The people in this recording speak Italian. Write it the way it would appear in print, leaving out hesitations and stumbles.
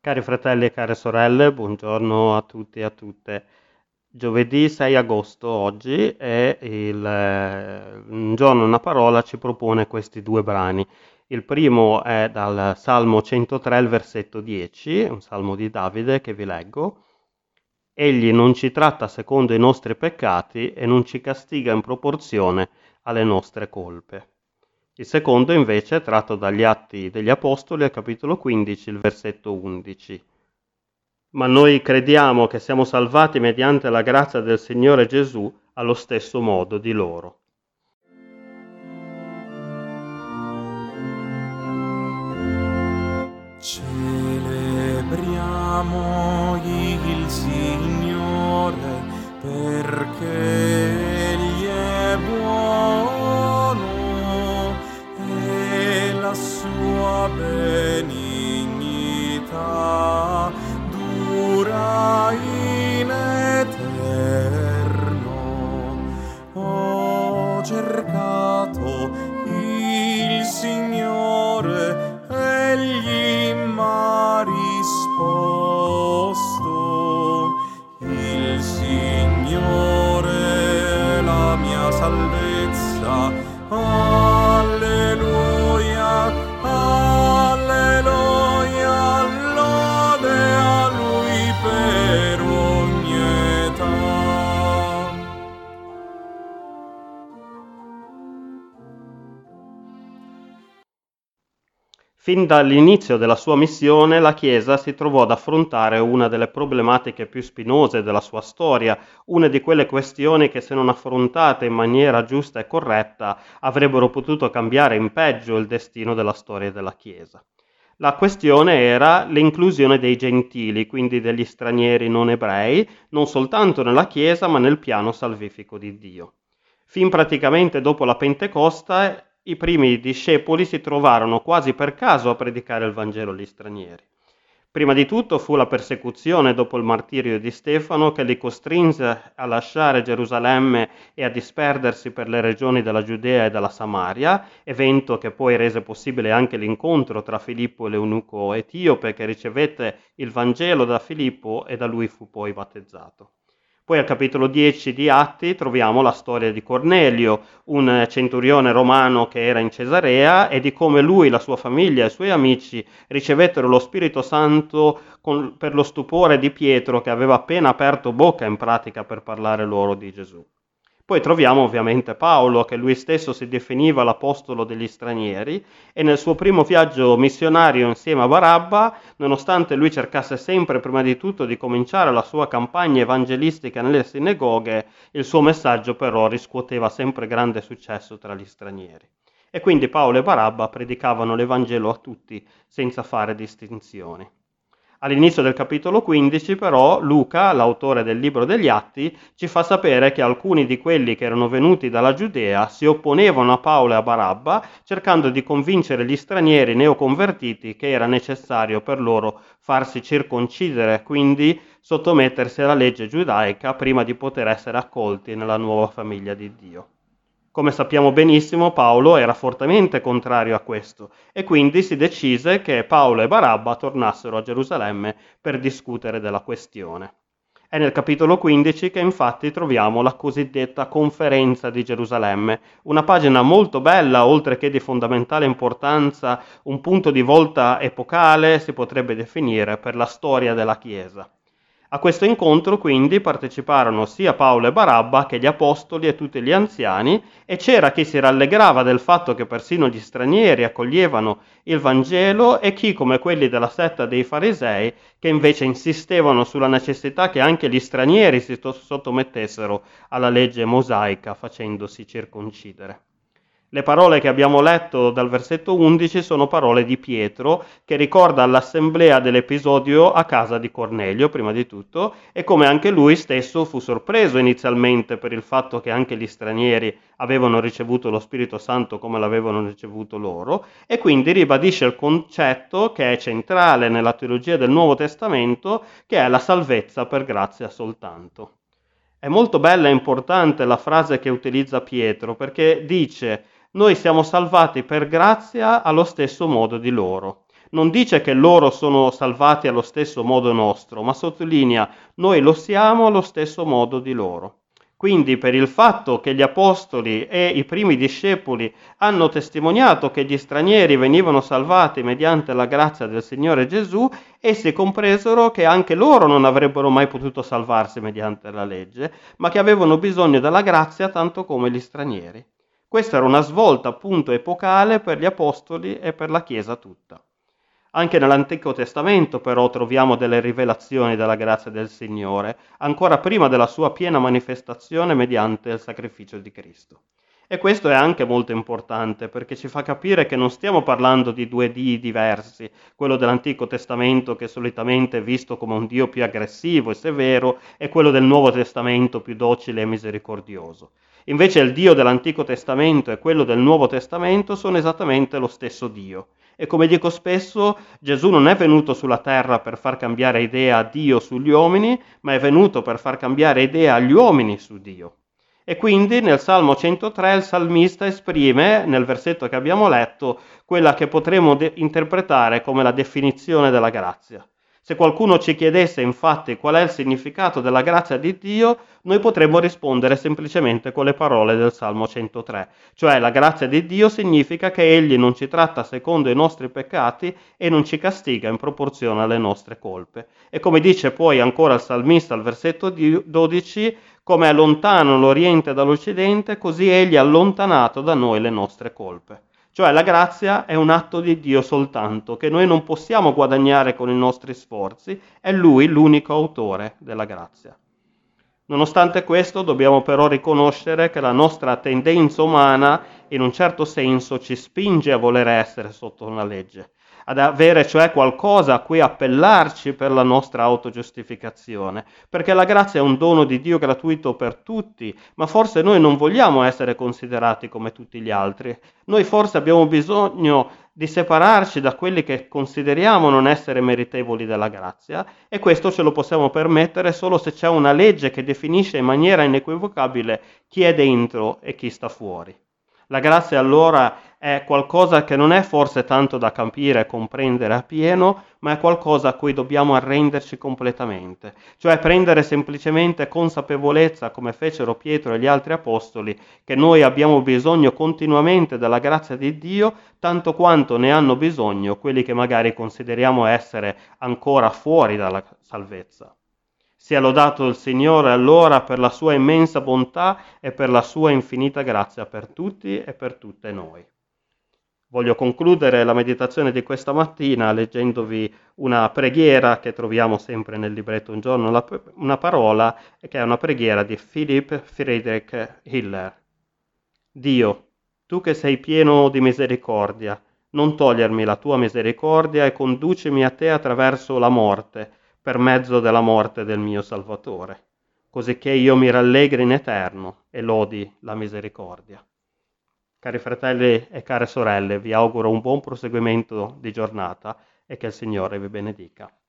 Cari fratelli e care sorelle, buongiorno a tutti e a tutte. Giovedì 6 agosto oggi e un giorno una parola ci propone questi due brani. Il primo è dal Salmo 103, il versetto 10, un salmo di Davide che vi leggo. Egli non ci tratta secondo i nostri peccati e non ci castiga in proporzione alle nostre colpe. Il secondo invece è tratto dagli Atti degli Apostoli al capitolo 15, il versetto 11. Ma noi crediamo che siamo salvati mediante la grazia del Signore Gesù allo stesso modo di loro. Celebriamo il Signore perché Egli è buono e la sua benignità dura in eterno. Ho cercato il Signore, Egli m'ha risposto. Il Signore è la mia salvezza. Alleluia, alleluia, lode a Lui per ogni età. Fin dall'inizio della sua missione, la Chiesa si trovò ad affrontare una delle problematiche più spinose della sua storia, una di quelle questioni che, se non affrontate in maniera giusta e corretta, avrebbero potuto cambiare in peggio il destino della storia della Chiesa. La questione era l'inclusione dei gentili, quindi degli stranieri non ebrei, non soltanto nella Chiesa, ma nel piano salvifico di Dio. Fin praticamente dopo la Pentecoste, i primi discepoli si trovarono quasi per caso a predicare il Vangelo agli stranieri. Prima di tutto fu la persecuzione dopo il martirio di Stefano che li costrinse a lasciare Gerusalemme e a disperdersi per le regioni della Giudea e della Samaria, evento che poi rese possibile anche l'incontro tra Filippo e l'eunuco etiope che ricevette il Vangelo da Filippo e da lui fu poi battezzato. Poi al capitolo 10 di Atti troviamo la storia di Cornelio, un centurione romano che era in Cesarea, e di come lui, la sua famiglia e i suoi amici ricevettero lo Spirito Santo per lo stupore di Pietro che aveva appena aperto bocca in pratica per parlare loro di Gesù. Poi troviamo ovviamente Paolo, che lui stesso si definiva l'apostolo degli stranieri, e nel suo primo viaggio missionario insieme a Barabba, nonostante lui cercasse sempre prima di tutto di cominciare la sua campagna evangelistica nelle sinagoghe, il suo messaggio però riscuoteva sempre grande successo tra gli stranieri. E quindi Paolo e Barabba predicavano l'Evangelo a tutti, senza fare distinzioni. All'inizio del capitolo 15 però Luca, l'autore del libro degli Atti, ci fa sapere che alcuni di quelli che erano venuti dalla Giudea si opponevano a Paolo e a Barabba, cercando di convincere gli stranieri neoconvertiti che era necessario per loro farsi circoncidere, quindi sottomettersi alla legge giudaica prima di poter essere accolti nella nuova famiglia di Dio. Come sappiamo benissimo, Paolo era fortemente contrario a questo e quindi si decise che Paolo e Barabba tornassero a Gerusalemme per discutere della questione. È nel capitolo 15 che infatti troviamo la cosiddetta Conferenza di Gerusalemme, una pagina molto bella, oltre che di fondamentale importanza, un punto di volta epocale, si potrebbe definire, per la storia della Chiesa. A questo incontro quindi parteciparono sia Paolo e Barabba che gli apostoli e tutti gli anziani, e c'era chi si rallegrava del fatto che persino gli stranieri accoglievano il Vangelo e chi, come quelli della setta dei farisei, che invece insistevano sulla necessità che anche gli stranieri si sottomettessero alla legge mosaica facendosi circoncidere. Le parole che abbiamo letto dal versetto 11 sono parole di Pietro, che ricorda l'assemblea dell'episodio a casa di Cornelio, prima di tutto, e come anche lui stesso fu sorpreso inizialmente per il fatto che anche gli stranieri avevano ricevuto lo Spirito Santo come l'avevano ricevuto loro, e quindi ribadisce il concetto che è centrale nella teologia del Nuovo Testamento, che è la salvezza per grazia soltanto. È molto bella e importante la frase che utilizza Pietro, perché dice: noi siamo salvati per grazia allo stesso modo di loro. Non dice che loro sono salvati allo stesso modo nostro, ma sottolinea noi lo siamo allo stesso modo di loro. Quindi per il fatto che gli apostoli e i primi discepoli hanno testimoniato che gli stranieri venivano salvati mediante la grazia del Signore Gesù, essi compresero che anche loro non avrebbero mai potuto salvarsi mediante la legge, ma che avevano bisogno della grazia tanto come gli stranieri. Questa era una svolta appunto epocale per gli apostoli e per la Chiesa tutta. Anche nell'Antico Testamento però troviamo delle rivelazioni della grazia del Signore, ancora prima della sua piena manifestazione mediante il sacrificio di Cristo. E questo è anche molto importante perché ci fa capire che non stiamo parlando di due Dii diversi, quello dell'Antico Testamento che solitamente è visto come un Dio più aggressivo e severo e quello del Nuovo Testamento più docile e misericordioso. Invece il Dio dell'Antico Testamento e quello del Nuovo Testamento sono esattamente lo stesso Dio. E come dico spesso, Gesù non è venuto sulla terra per far cambiare idea a Dio sugli uomini, ma è venuto per far cambiare idea agli uomini su Dio. E quindi nel Salmo 103 il salmista esprime, nel versetto che abbiamo letto, quella che potremmo interpretare come la definizione della grazia. Se qualcuno ci chiedesse infatti qual è il significato della grazia di Dio, noi potremmo rispondere semplicemente con le parole del Salmo 103, cioè la grazia di Dio significa che Egli non ci tratta secondo i nostri peccati e non ci castiga in proporzione alle nostre colpe. E come dice poi ancora il salmista al versetto 12, come è lontano l'Oriente dall'Occidente, così Egli ha allontanato da noi le nostre colpe. Cioè la grazia è un atto di Dio soltanto, che noi non possiamo guadagnare con i nostri sforzi, è Lui l'unico autore della grazia. Nonostante questo dobbiamo però riconoscere che la nostra tendenza umana in un certo senso ci spinge a voler essere sotto una legge, ad avere cioè qualcosa a cui appellarci per la nostra autogiustificazione, perché la grazia è un dono di Dio gratuito per tutti, ma forse noi non vogliamo essere considerati come tutti gli altri. Noi forse abbiamo bisogno di separarci da quelli che consideriamo non essere meritevoli della grazia, e questo ce lo possiamo permettere solo se c'è una legge che definisce in maniera inequivocabile chi è dentro e chi sta fuori. La grazia allora è qualcosa che non è forse tanto da capire e comprendere appieno, ma è qualcosa a cui dobbiamo arrenderci completamente, cioè prendere semplicemente consapevolezza, come fecero Pietro e gli altri apostoli, che noi abbiamo bisogno continuamente della grazia di Dio, tanto quanto ne hanno bisogno quelli che magari consideriamo essere ancora fuori dalla salvezza. Sia lodato il Signore allora per la sua immensa bontà e per la sua infinita grazia per tutti e per tutte noi. Voglio concludere la meditazione di questa mattina leggendovi una preghiera che troviamo sempre nel libretto Un giorno una parola, che è una preghiera di Philipp Friedrich Hiller. Dio, tu che sei pieno di misericordia, non togliermi la tua misericordia e conducimi a te attraverso la morte, per mezzo della morte del mio Salvatore, così che io mi rallegri in eterno e lodi la misericordia. Cari fratelli e care sorelle, vi auguro un buon proseguimento di giornata e che il Signore vi benedica.